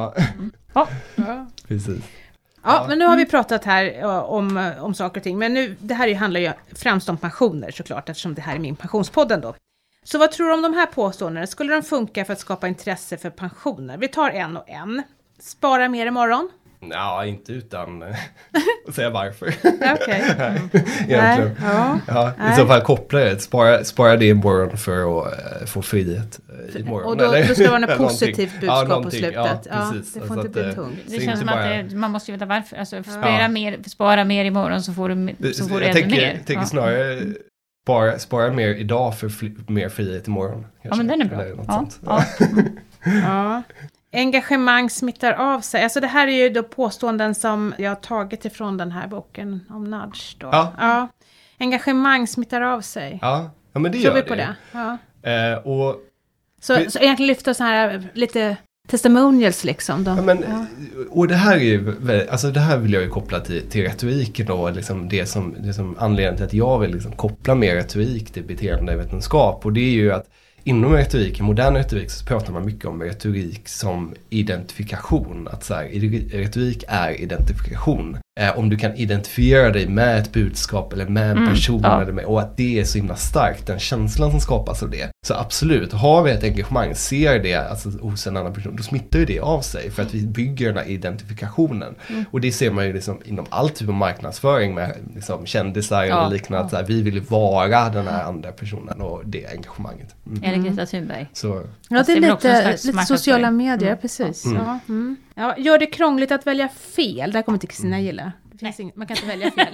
Precis. Ja, men nu har vi pratat här om saker och ting. Men nu, det här handlar ju främst om pensioner såklart, eftersom det här är min pensionspodden då. Så vad tror du om de här påståendena? Skulle de funka för att skapa intresse för pensioner? Vi tar en och en. Spara mer imorgon? Ja, inte utan att säga varför. Okej. Egentligen. I så fall koppla det. Spara det imorgon för att få frihet imorgon. Och då ska det vara något positivt budskap på slutet. Ja, precis. Det får inte bli tungt. Det känns som att man måste veta varför. Alltså, spara mer imorgon så får du ännu mer. Jag tänker snarare spara mer idag för mer frihet imorgon. Kanske. Ja, men den är bra. Eller något sånt. Ja. Engagemang smittar av sig. Alltså det här är ju då påståenden som jag har tagit ifrån den här boken om nudge då. Ja. Engagemang smittar av sig. Ja, men det tror gör vi på det. Ja. Så egentligen lyfta så här lite testimonials liksom då. Och det här är ju, alltså det här vill jag ju koppla till retoriken då, liksom det som anledningen till att jag vill liksom koppla mer retorik till beteendevetenskap, och det är ju att inom modern retorik så pratar man mycket om retorik som identifikation. Att så här, retorik är identifikation. Om du kan identifiera dig med ett budskap eller med en person och att det är så himla starkt, den känslan som skapas av det. Så absolut, har vi ett engagemang, ser det alltså, hos en annan person, då smittar ju det av sig för att vi bygger den här identifikationen. Och det ser man ju liksom inom allt typ av marknadsföring med liksom kändisar eller liknande. Så här, vi vill vara den här andra personen och det engagemanget. Eller Greta Thunberg. Så. Ja, det är lite sociala medier, precis. Ja, gör det krångligt att välja fel. Där kommer inte Kristina gilla. Man kan inte välja fel.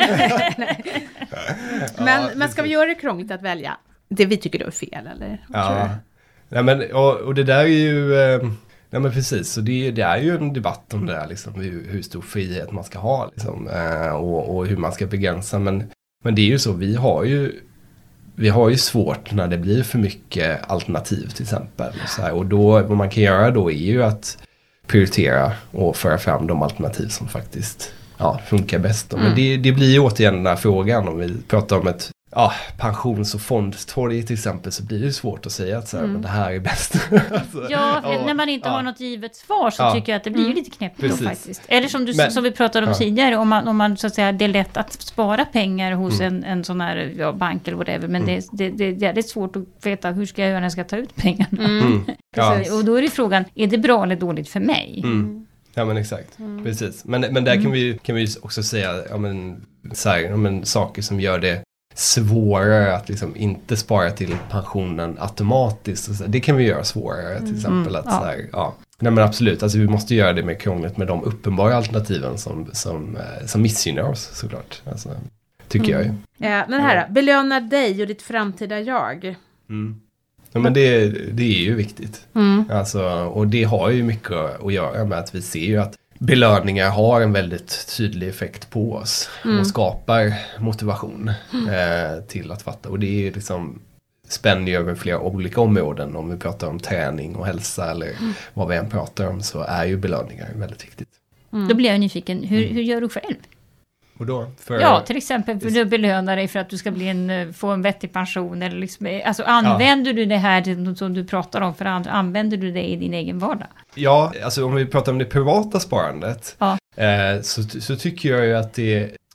Men ska vi göra det krångligt att välja det vi tycker då är fel, eller? Nej, men, och det där är ju... Nej, men precis, så det är ju en debatt om det där, liksom, hur stor frihet man ska ha liksom, och hur man ska begränsa. Men det är ju så, vi har ju svårt när det blir för mycket alternativ till exempel. Och då, vad man kan göra då är ju att prioritera och föra fram de alternativ som faktiskt funkar bäst. Men det blir ju återigen den här frågan, om vi pratar om ett pensions- och fondtorg till exempel, så blir det svårt att säga att så här, men det här är bäst. Alltså, när man inte har något givet svar så tycker jag att det blir lite knäppt då faktiskt. Eller som vi pratade om tidigare, om man så att säga, det är lätt att spara pengar hos en sån här bank eller whatever, men det är svårt att veta hur ska jag göra när jag ska ta ut pengarna. Och då är det frågan, är det bra eller dåligt för mig? Ja, men exakt. Precis. Men där kan vi också säga saker som gör det svårare att liksom inte spara till pensionen automatiskt. Och så. Det kan vi göra svårare till exempel. Att så här, Nej, men absolut, alltså vi måste göra det mer krångligt med de uppenbara alternativen som missgynnar oss såklart. Alltså, tycker jag ju. Ja, men här då, belöna dig och ditt framtida jag. Ja, men det är ju viktigt. Alltså, och det har ju mycket att göra med att vi ser ju att belöningar har en väldigt tydlig effekt på oss och skapar motivation till att fatta. Och det är ju liksom spänner över flera olika områden. Om vi pratar om träning och hälsa eller vad vi än pratar om, så är ju belöningar väldigt viktigt. Då blir jag nyfiken, hur gör du själv? Och då, till exempel för du belönar dig för att du ska få en vettig pension. Eller liksom, alltså, använder du det här som du pratar om för andra? Använder du det i din egen vardag? Ja, alltså om vi pratar om det privata sparandet så tycker jag ju att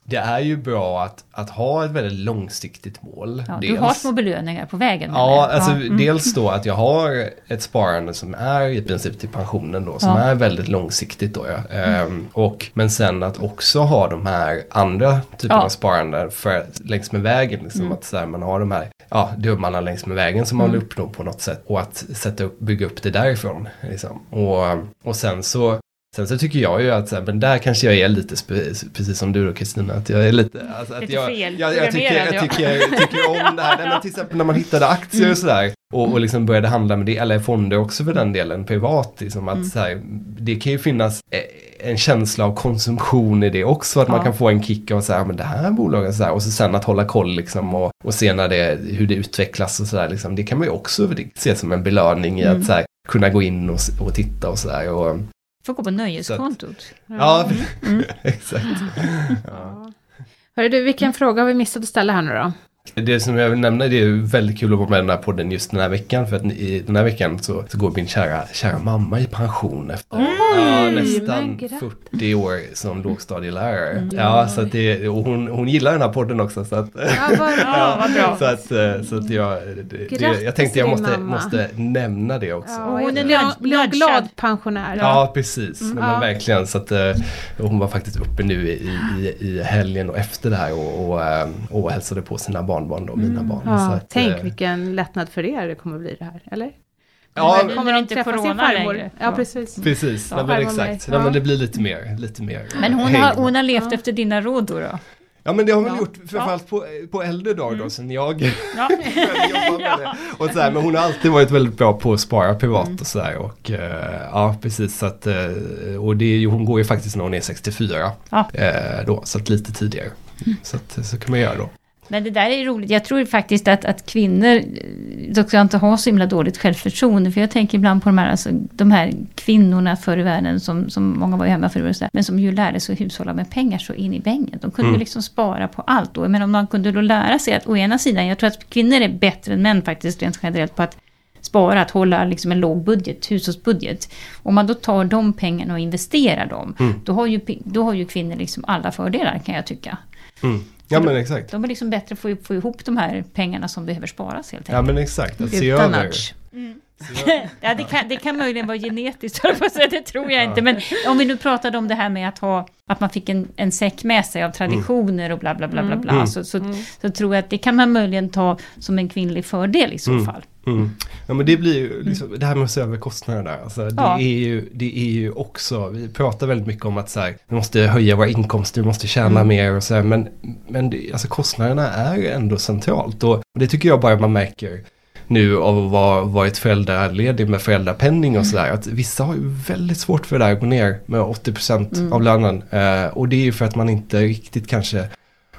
det är ju bra att ha ett väldigt långsiktigt mål. Ja, du har små belöningar på vägen. Ja, alltså dels då att jag har ett sparande som är i princip till pensionen då, som är väldigt långsiktigt då. Ja. Men sen att också ha de här andra typerna av sparande längs med vägen. Liksom, att så här, man har de här drömmarna längs med vägen som man vill uppnå på något sätt. Och att bygga upp det därifrån. Liksom. Och sen så tycker jag ju att men där kanske jag är lite precis som du då Kristina, att jag är lite lite fel. Jag tycker om det här. Nej, men till exempel när man hittade aktier och sådär och liksom började handla med det, eller fonder också för den delen privat, liksom, att så här, det kan ju finnas en känsla av konsumtion i det också, att man kan få en kick av så här, men det här bolaget så här, och så sen att hålla koll liksom, och se hur det utvecklas och sådär liksom, det kan man ju också se som en belöning i att så här, kunna gå in och titta och sådär och får gå på nöjeskontot. Ja, exakt. Ja. Hörru du, vilken fråga har vi missat att ställa här nu då? Det som jag vill nämna, det är väldigt kul att vara med den här podden just den här veckan. För att i den här veckan så går min kära mamma i pension efter nästan 40 år som lågstadielärare. Ja, så att och hon gillar den här podden också. Så att, vad bra. Så att jag tänkte jag måste nämna det också. Ja, hon är en glad pensionär. Ja, precis. Men verkligen. Så att, hon var faktiskt uppe nu i helgen och efter det här och hälsade på sina barnbarn och mina barn. Ja, så att, tänk vilken lättnad för er det kommer bli det här, eller? Ja, kommer de inte corona längre. Ja, precis. Precis, ja, men exakt. Ja. Men det blir lite mer. Men hon har levt efter dina råd då? Ja, men det har hon gjort framförallt på äldre dag då, sen jag jobbar med det. Och så här, men hon har alltid varit väldigt bra på att spara privat och sådär. Och precis. Så att, och hon går ju faktiskt när hon är 64 då, så att lite tidigare. Så kan man göra då. Men det där är roligt. Jag tror faktiskt att kvinnor ska inte ha så himla dåligt självförtroende. För jag tänker ibland på de här kvinnorna förr i världen som många var ju hemma för och sådär, men som ju lärde sig att hushålla med pengar så in i bängen. De kunde liksom spara på allt då. Men om man kunde då lära sig att å ena sidan, jag tror att kvinnor är bättre än män faktiskt rent generellt på att spara, att hålla liksom en låg budget, hushållsbudget. Om man då tar de pengarna och investerar dem, då har ju kvinnor liksom alla fördelar, kan jag tycka. Ja, men exakt. De är liksom bättre för att få ihop de här pengarna som behöver sparas helt enkelt. Ja, men exakt. Utan nudge. Ja, det kan möjligen vara genetiskt, det tror jag inte. Men om vi nu pratade om det här med att man fick en säck med sig av traditioner och bla bla bla bla bla, så tror jag att det kan man möjligen ta som en kvinnlig fördel i så fall. Ja, men det blir ju liksom, det här med att se över kostnader där. Alltså, det är ju också, vi pratar väldigt mycket om att så här, vi måste höja våra inkomster, vi måste tjäna mer och så här, men alltså, kostnaderna är ändå centralt och det tycker jag bara man märker nu av att ha varit föräldraledig med föräldrapenning och sådär, att vissa har ju väldigt svårt för det där att gå ner med 80% av lönen. Och det är ju för att man inte riktigt kanske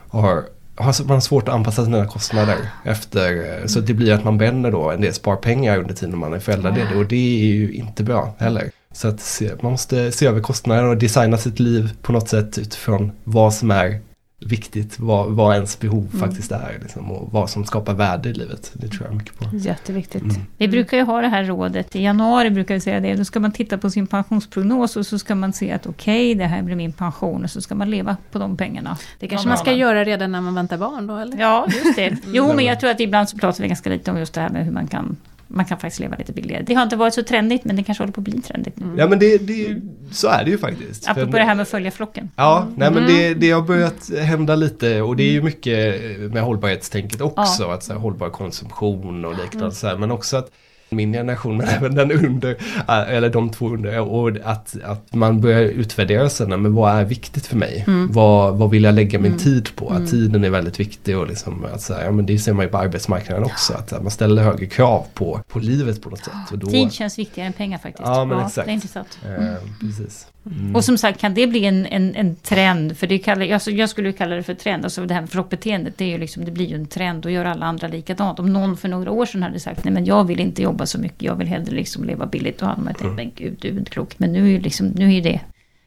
man har svårt att anpassa sina kostnader efter, så det blir att man bränner då en del sparpengar under tiden man är föräldraledig och det är ju inte bra heller. Så att man måste se över kostnader och designa sitt liv på något sätt utifrån vad som är viktigt, vad ens behov faktiskt är liksom, och vad som skapar värde i livet. Det tror jag mycket på. Jätteviktigt. Vi brukar ju ha det här rådet, i januari brukar vi säga det, då ska man titta på sin pensionsprognos och så ska man se att okej, det här blir min pension och så ska man leva på de pengarna. Det kanske man ska göra redan när man väntar barn då, eller? Ja, just det. Jo, men jag tror att ibland så pratar vi ganska lite om just det här med hur man kan faktiskt leva lite billigare. Det har inte varit så trendigt, men det kanske håller på att bli trendigt nu. Ja, men så är det ju faktiskt. Apropå det här med att följa flocken. Ja, nej, men det har börjat hända lite och det är ju mycket med hållbarhetstänket också, att så här, hållbar konsumtion och liknande så här, men också att min generation, men även den under, eller de två under, och att man börjar utvärdera sig, men vad är viktigt för mig? Vad vill jag lägga min tid på? Att tiden är väldigt viktig och liksom, att så här, ja, men det ser man ju på arbetsmarknaden också, att man ställer högre krav på livet på något sätt. Och då, tid känns viktigare än pengar faktiskt. Ja, men exakt. Det är intressant. Precis. Och som sagt, kan det bli en trend, för jag skulle kalla det för trend, alltså det här med flockbeteendet, det är ju liksom, det blir ju en trend och gör alla andra likadant. Om någon för några år sedan hade sagt, nej men jag vill inte jobba så mycket, jag vill hellre liksom leva billigt, och hade man tänkt, men gud, du är inte klok. Men nu är det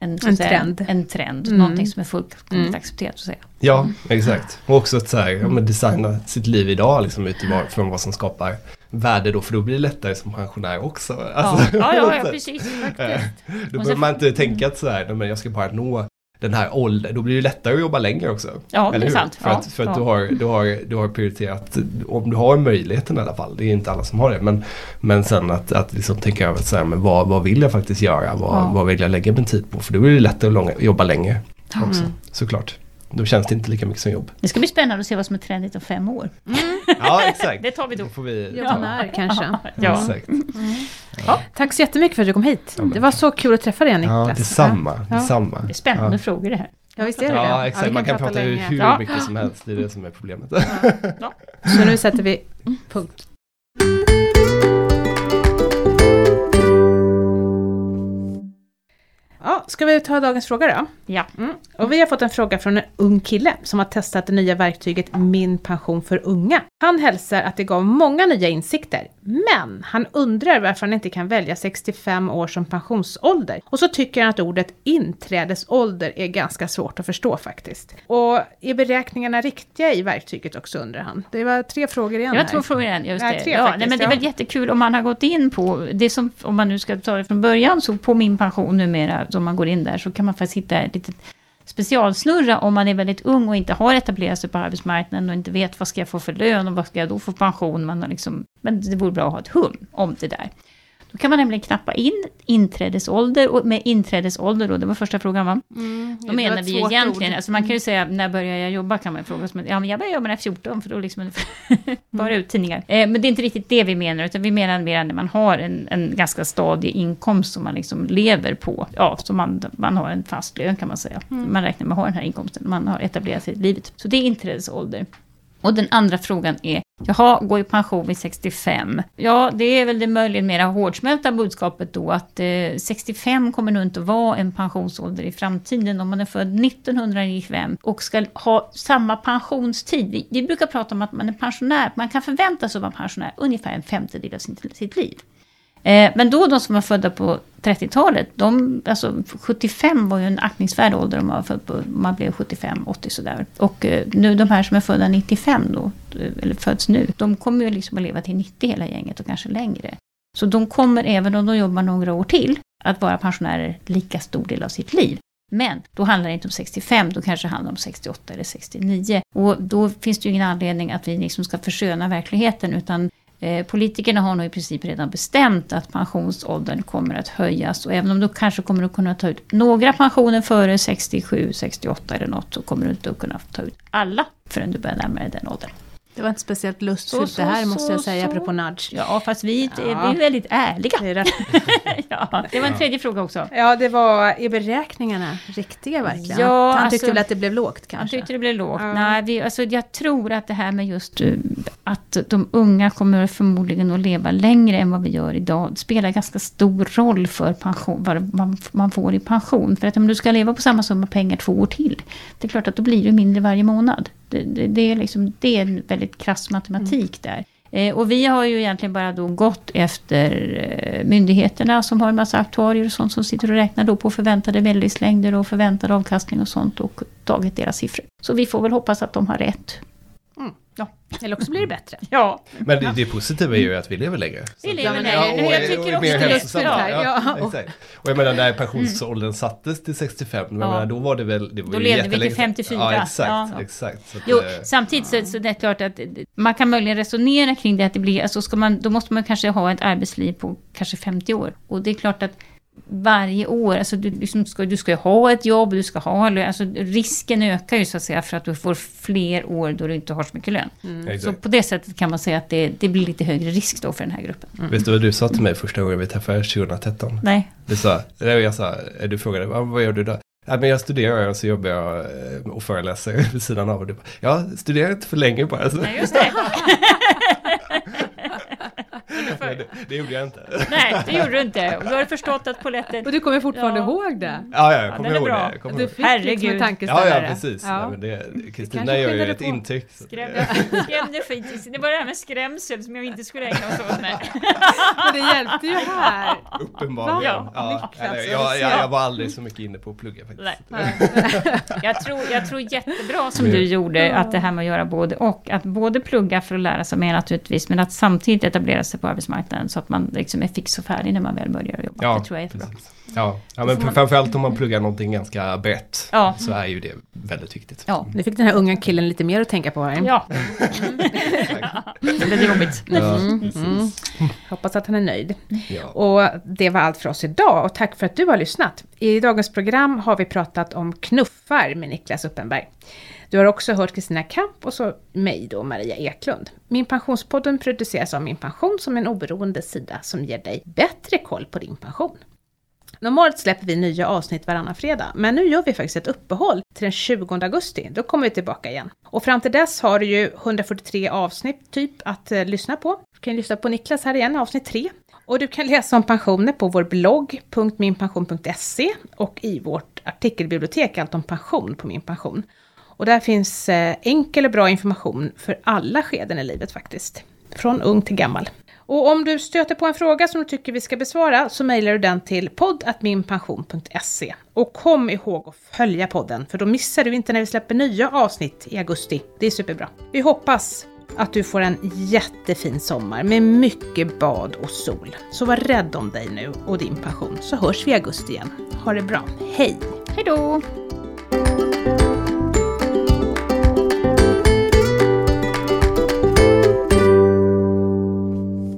en trend, någonting som är fullt accepterat att säga. Ja, exakt. Och också att så här, designa sitt liv idag liksom, utifrån vad som skapar värde då, för då blir det lättare som pensionär också. Alltså, ja, precis. Då behöver man inte tänka att så här, men jag ska bara nå den här åldern, då blir det lättare att jobba längre också. Ja, det är sant. För att du har prioriterat, om du har möjligheten i alla fall, det är inte alla som har det, men sen att liksom tänka över så här, men vad vill jag faktiskt göra, vad vill jag lägga min tid på, för då blir det lättare att jobba längre också, såklart. Då känns det inte lika mycket som jobb. Det ska bli spännande att se vad som är trendigt om 5 år. Ja, exakt. Det tar vi då. Får vi jobba när kanske. Ja. Exakt. Ja. Tack så jättemycket för att du kom hit. Det var så kul att träffa dig, Niklas. Ja, detsamma. Det är spännande frågor det här. Ja, visst är det. Ja, exakt. Ja, man kan prata hur mycket som helst. Det är det som är problemet. Ja. Så nu sätter vi punkt. Ja, ska vi ta dagens fråga då? Ja. Och vi har fått en fråga från en ung kille som har testat det nya verktyget Min pension för unga. Han hälsar att det gav många nya insikter, men han undrar varför han inte kan välja 65 år som pensionsålder. Och så tycker han att ordet inträdesålder är ganska svårt att förstå faktiskt. Och är beräkningarna riktiga i verktyget också, undrar han. Det var 3 frågor igen. Det var 2 frågor igen, just det. Nej, 3 faktiskt, men det är väl jättekul om man har gått in på det som, om man nu ska ta det från början, så på Min pension numera, om man går in där, så kan man faktiskt hitta ett litet specialsnurra om man är väldigt ung och inte har etablerat sig på arbetsmarknaden och inte vet vad ska jag få för lön och vad ska jag då få pension. Man har liksom, men det vore bra att ha ett hum om det där. Då kan man nämligen knappa in inträdesålder, och med inträdesålder då, det var första frågan, va? Då menar vi ju egentligen, alltså man kan ju säga, när börjar jag jobba, kan man fråga, ja men jag börjar jobba när jag är 14, för då liksom bara ut tidningar. Men det är inte riktigt det vi menar, utan vi menar mer när man har en ganska stadig inkomst som man liksom lever på. Ja, så man har en fast lön, kan man säga. Man räknar med att ha den här inkomsten, man har etablerat sig i livet. Så det är inträdesålder. Och den andra frågan är, går i pension vid 65. Ja, det är väl det möjligen mera hårdsmälta budskapet då, att 65 kommer nog inte att vara en pensionsålder i framtiden om man är född 1995 och ska ha samma pensionstid. Vi brukar prata om att man är pensionär, man kan förvänta sig att vara pensionär ungefär en 1/5 av sitt liv. Men då de som var födda på 30-talet, alltså 75 var ju en aktningsvärd ålder om man blev 75-80 sådär. Och nu de här som är födda 95 då, eller föds nu, de kommer ju liksom att leva till 90 hela gänget och kanske längre. Så de kommer, även om de jobbar några år till, att vara pensionärer lika stor del av sitt liv. Men då handlar det inte om 65, då kanske det handlar om 68 eller 69. Och då finns det ju ingen anledning att vi liksom ska försköna verkligheten, utan politikerna har nog i princip redan bestämt att pensionsåldern kommer att höjas, och även om du kanske kommer att kunna ta ut några pensioner före 67, 68 eller något, så kommer du inte att kunna ta ut alla förrän du börjar närmare den åldern. Det var inte speciellt lustfyllt det här, måste jag säga, apropå nudge. Ja, fast vi är väldigt ärliga. Ja, det var en tredje fråga också. Ja, det var, är beräkningarna riktiga verkligen? Ja, han tyckte väl att det blev lågt kanske? Han tyckte det blev lågt. Ja. Nej, jag tror att det här med just att de unga kommer förmodligen att leva längre än vad vi gör idag, spelar ganska stor roll för pension, vad man får i pension. För att om du ska leva på samma summa pengar 2 år till, det är klart att då blir det mindre varje månad. Det är en väldigt krass matematik där. Och vi har ju egentligen bara då gått efter myndigheterna som har en massa aktuarier och sånt som sitter och räknar då på förväntade medellivslängder och förväntad avkastning och sånt, och tagit deras siffror. Så vi får väl hoppas att de har rätt. Ja. Eller också blir det bättre. Ja. Men det positiva är ju att vi lever längre. Vi lever längre. Jag tycker också det är lustfyllt här. Ja, exakt. Och jag menar, när pensionsåldern sattes till 65, menar, då var det väl... Det var då levde vi till 54. Ja, exakt. Så att, samtidigt så det är klart att man kan möjligen resonera kring det, att det blir, alltså då måste man kanske ha ett arbetsliv på kanske 50 år. Och det är klart att varje år, alltså du ska ju ha ett jobb, du ska ha, alltså risken ökar ju så att säga för att du får fler år då du inte har så mycket lön. Så på det sättet kan man säga att det blir lite högre risk då för den här gruppen. Vet du vad du sa till mig första gången vi träffades 2013? Nej. Jag sa, du frågade, vad gör du då? Ja, men jag studerar och så jobbar jag och föreläser vid sidan av. Och du bara, jag studerar inte för länge bara. Alltså. Nej, just det. Det gjorde jag inte. Nej, det gjorde du inte. Och du har förstått att polletten... Och du kommer fortfarande ihåg det? Ja, jag kommer ihåg det. Du fick liksom en tankeställare. Ja, precis. Ja. Kristina gör ju ett intryck. Skrämde skit. Det var det här med skrämsel som jag inte skulle ägna oss åt med. Men det hjälpte ju här. Uppenbarligen. Jag var aldrig så mycket inne på att plugga faktiskt. Nej. Jag tror jättebra som du gjorde att det här med att göra både och. Att både plugga för att lära sig mer naturligtvis, men att samtidigt etablera sig på arbetsmarknaden arbetsmarknaden så att man liksom är fix och färdig när man väl börjar jobba. Ja, det tror jag är jättebra. Ja, men framförallt om man pluggar någonting ganska brett så är ju det väldigt viktigt. Ja. Nu fick den här unga killen lite mer att tänka på här. Ja. Det blir jobbigt. Hoppas att han är nöjd. Ja. Och det var allt för oss idag och tack för att du har lyssnat. I dagens program har vi pratat om knuffar med Niklas Uppenberg. Du har också hört Kristina Kamp och så mig då, Maria Eklund. Min pensionspodden produceras av Min Pension som en oberoende sida som ger dig bättre koll på din pension. Normalt släpper vi nya avsnitt varannan fredag, men nu gör vi faktiskt ett uppehåll till den 20 augusti. Då kommer vi tillbaka igen. Och fram till dess har du ju 143 avsnitt typ att lyssna på. Du kan lyssna på Niklas här igen, avsnitt 3. Och du kan läsa om pensioner på vår blogg .minpension.se och i vårt artikelbibliotek Allt om pension på Min Pension. Och där finns enkel och bra information för alla skeden i livet faktiskt. Från ung till gammal. Och om du stöter på en fråga som du tycker vi ska besvara så mejlar du den till podd@minpension.se. Och kom ihåg att följa podden för då missar du inte när vi släpper nya avsnitt i augusti. Det är superbra. Vi hoppas att du får en jättefin sommar med mycket bad och sol. Så var rädd om dig nu och din pension så hörs vi i augusti igen. Ha det bra. Hej! Hej då!